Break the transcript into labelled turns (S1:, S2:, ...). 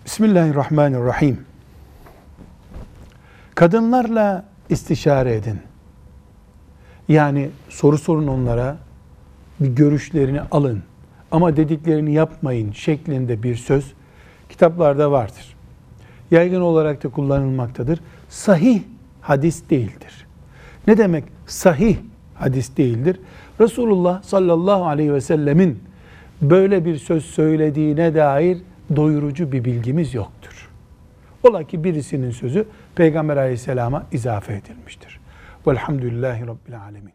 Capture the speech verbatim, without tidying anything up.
S1: Bismillahirrahmanirrahim. Kadınlarla istişare edin. Yani soru sorun onlara, bir görüşlerini alın. Ama dediklerini yapmayın şeklinde bir söz kitaplarda vardır. Yaygın olarak da kullanılmaktadır. Sahih hadis değildir. Ne demek sahih hadis değildir? Resulullah sallallahu aleyhi ve sellemin böyle bir söz söylediğine dair doyurucu bir bilgimiz yoktur. Ola ki birisinin sözü Peygamber aleyhisselama izafe edilmiştir. Velhamdülillahi Rabbil alemin.